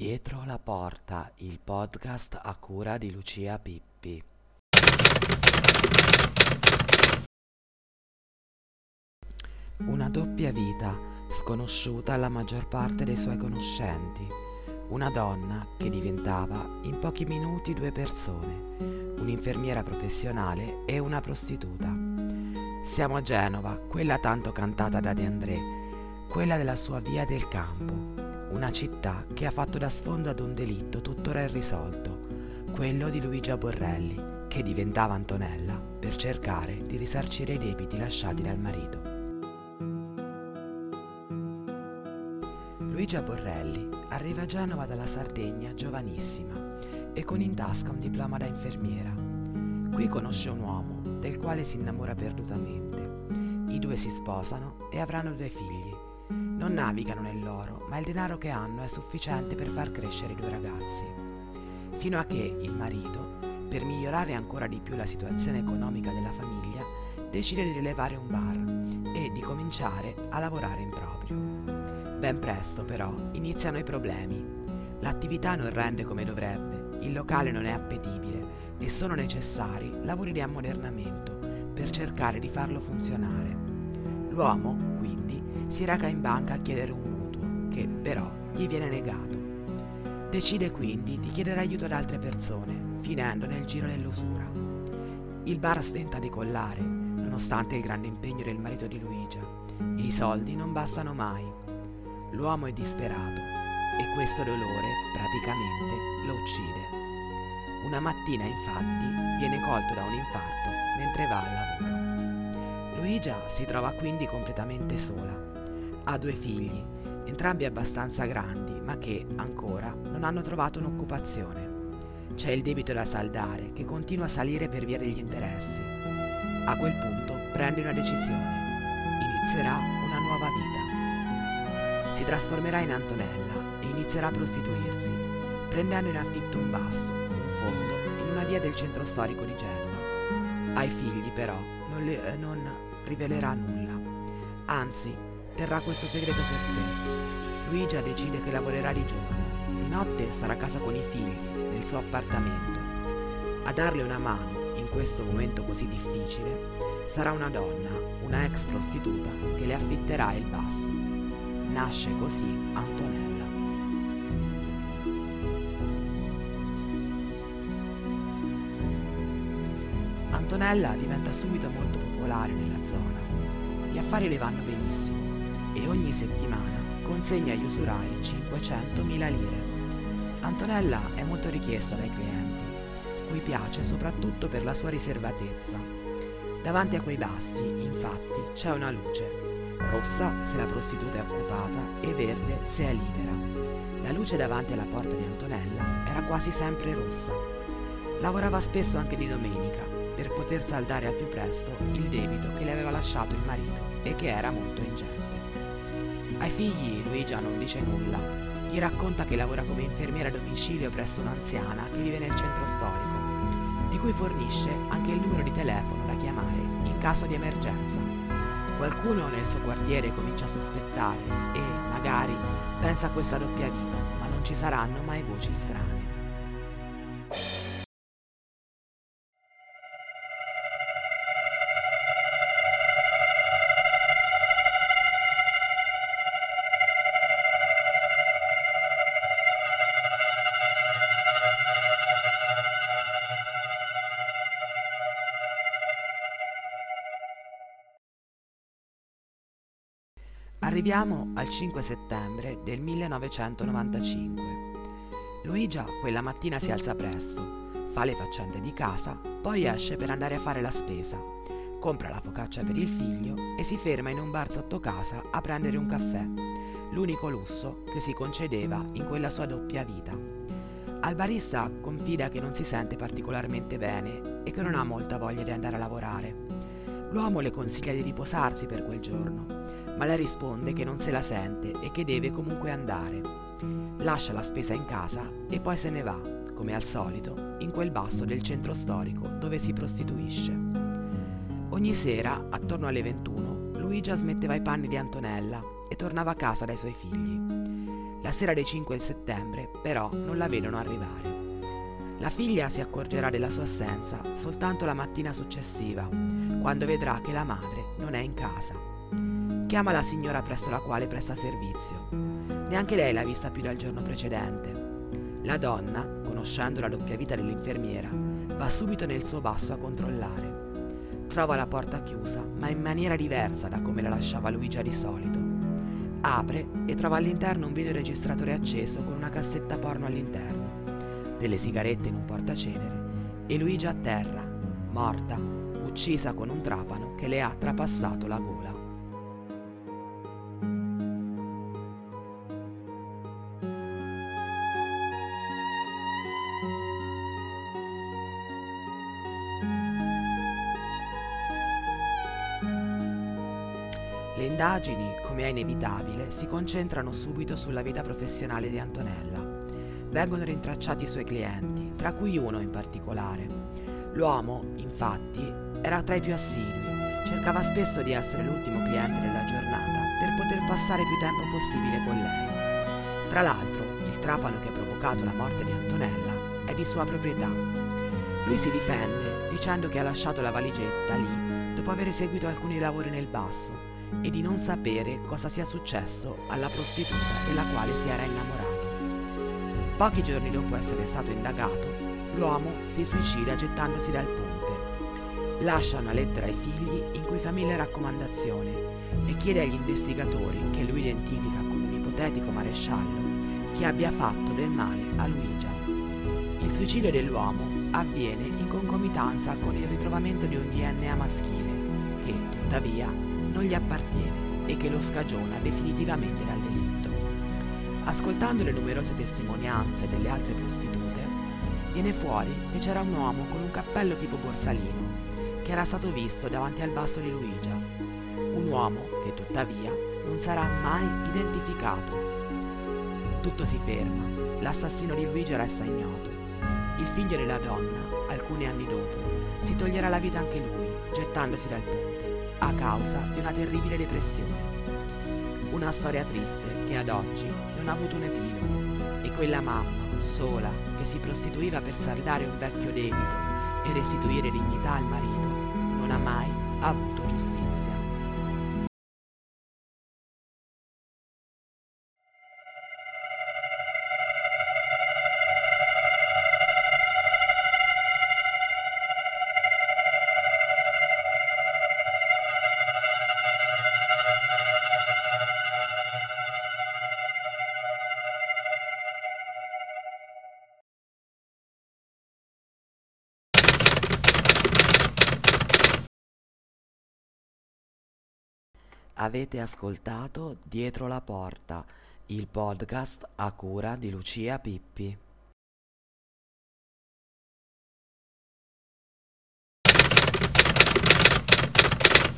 Dietro la porta, il podcast a cura di Lucia Pippi. Una doppia vita, sconosciuta alla maggior parte dei suoi conoscenti. Una donna che diventava in pochi minuti due persone, un'infermiera professionale e una prostituta. Siamo a Genova, quella tanto cantata da De André, quella della sua Via del Campo. Una città che ha fatto da sfondo ad un delitto tuttora irrisolto, quello di Luigia Borrelli, che diventava Antonella per cercare di risarcire i debiti lasciati dal marito. Luigia Borrelli arriva a Genova dalla Sardegna giovanissima e con in tasca un diploma da infermiera. Qui conosce un uomo del quale si innamora perdutamente. I due si sposano e avranno due figli. Non navigano nell'oro, ma il denaro che hanno è sufficiente per far crescere i due ragazzi. Fino a che il marito, per migliorare ancora di più la situazione economica della famiglia, decide di rilevare un bar e di cominciare a lavorare in proprio. Ben presto, però, iniziano i problemi. L'attività non rende come dovrebbe, il locale non è appetibile e sono necessari lavori di ammodernamento per cercare di farlo funzionare. L'uomo, quindi, si reca in banca a chiedere un mutuo, che però gli viene negato. Decide quindi di chiedere aiuto ad altre persone, finendo nel giro dell'usura. Il bar stenta a decollare, nonostante il grande impegno del marito di Luigia, e i soldi non bastano mai. L'uomo è disperato e questo dolore praticamente lo uccide. Una mattina, infatti, viene colto da un infarto mentre va al lavoro. Luigia si trova quindi completamente sola. Ha due figli, entrambi abbastanza grandi, ma che ancora non hanno trovato un'occupazione. C'è il debito da saldare, che continua a salire per via degli interessi. A quel punto prende una decisione. Inizierà una nuova vita. Si trasformerà in Antonella e inizierà a prostituirsi, prendendo in affitto un basso, un fondo, in una via del centro storico di Genova. Ai figli, però, non rivelerà nulla. Anzi, terrà questo segreto per sé. Luigia decide che lavorerà di giorno. Di notte sarà a casa con i figli, nel suo appartamento. A darle una mano in questo momento così difficile sarà una donna, una ex prostituta, che le affitterà il basso. Nasce così Antonella. Antonella diventa subito molto popolare nella zona. Gli affari le vanno benissimo e ogni settimana consegna agli usurai 500.000 lire. Antonella è molto richiesta dai clienti, cui piace soprattutto per la sua riservatezza. Davanti a quei bassi, infatti, c'è una luce. Rossa se la prostituta è occupata e verde se è libera. La luce davanti alla porta di Antonella era quasi sempre rossa. Lavorava spesso anche di domenica per poter saldare al più presto il debito che le aveva lasciato il marito e che era molto ingente. Ai figli Luigia non dice nulla, gli racconta che lavora come infermiera a domicilio presso un'anziana che vive nel centro storico, di cui fornisce anche il numero di telefono da chiamare in caso di emergenza. Qualcuno nel suo quartiere comincia a sospettare e, magari, pensa a questa doppia vita, ma non ci saranno mai voci strane. Arriviamo al 5 settembre del 1995. Luigia quella mattina si alza presto, fa le faccende di casa, poi esce per andare a fare la spesa, compra la focaccia per il figlio e si ferma in un bar sotto casa a prendere un caffè, l'unico lusso che si concedeva in quella sua doppia vita. Al barista confida che non si sente particolarmente bene e che non ha molta voglia di andare a lavorare. L'uomo le consiglia di riposarsi per quel giorno, ma lei risponde che non se la sente e che deve comunque andare. Lascia la spesa in casa e poi se ne va, come al solito, in quel basso del centro storico dove si prostituisce. Ogni sera, attorno alle 21, Luigia smetteva i panni di Antonella e tornava a casa dai suoi figli. La sera del 5 settembre, però, non la vedono arrivare. La figlia si accorgerà della sua assenza soltanto la mattina successiva, quando vedrà che la madre non è in casa. Chiama la signora presso la quale presta servizio. Neanche lei l'ha vista più dal giorno precedente. La donna, conoscendo la doppia vita dell'infermiera, va subito nel suo basso a controllare. Trova la porta chiusa, ma in maniera diversa da come la lasciava Luigia di solito. Apre e trova all'interno un videoregistratore acceso con una cassetta porno all'interno, delle sigarette in un portacenere e Luigia a terra, morta, uccisa con un trapano che le ha trapassato la gola. Le indagini, come è inevitabile, si concentrano subito sulla vita professionale di Antonella. Vengono rintracciati i suoi clienti, tra cui uno in particolare. L'uomo, infatti, era tra i più assidui, cercava spesso di essere l'ultimo cliente della giornata per poter passare più tempo possibile con lei. Tra l'altro, il trapano che ha provocato la morte di Antonella è di sua proprietà. Lui si difende dicendo che ha lasciato la valigetta lì dopo aver eseguito alcuni lavori nel basso e di non sapere cosa sia successo alla prostituta della quale si era innamorato. Pochi giorni dopo essere stato indagato, l'uomo si suicida gettandosi dal ponte. Lascia una lettera ai figli in cui fa 1000 raccomandazioni e chiede agli investigatori, che lui identifica come un ipotetico maresciallo, che abbia fatto del male a Luigia. Il suicidio dell'uomo avviene in concomitanza con il ritrovamento di un DNA maschile che, tuttavia, non gli appartiene e che lo scagiona definitivamente dal delitto. Ascoltando le numerose testimonianze delle altre prostitute, viene fuori che c'era un uomo con un cappello tipo borsalino che era stato visto davanti al basso di Luigia, un uomo che tuttavia non sarà mai identificato. Tutto si ferma, l'assassino di Luigia resta ignoto. Il figlio della donna, alcuni anni dopo, si toglierà la vita anche lui, gettandosi dal ponte, a causa di una terribile depressione. Una storia triste che ad oggi non ha avuto un epilogo e quella mamma, sola, che si prostituiva per saldare un vecchio debito e restituire dignità al marito, non ha mai avuto giustizia. Avete ascoltato Dietro la porta, il podcast a cura di Lucia Pippi.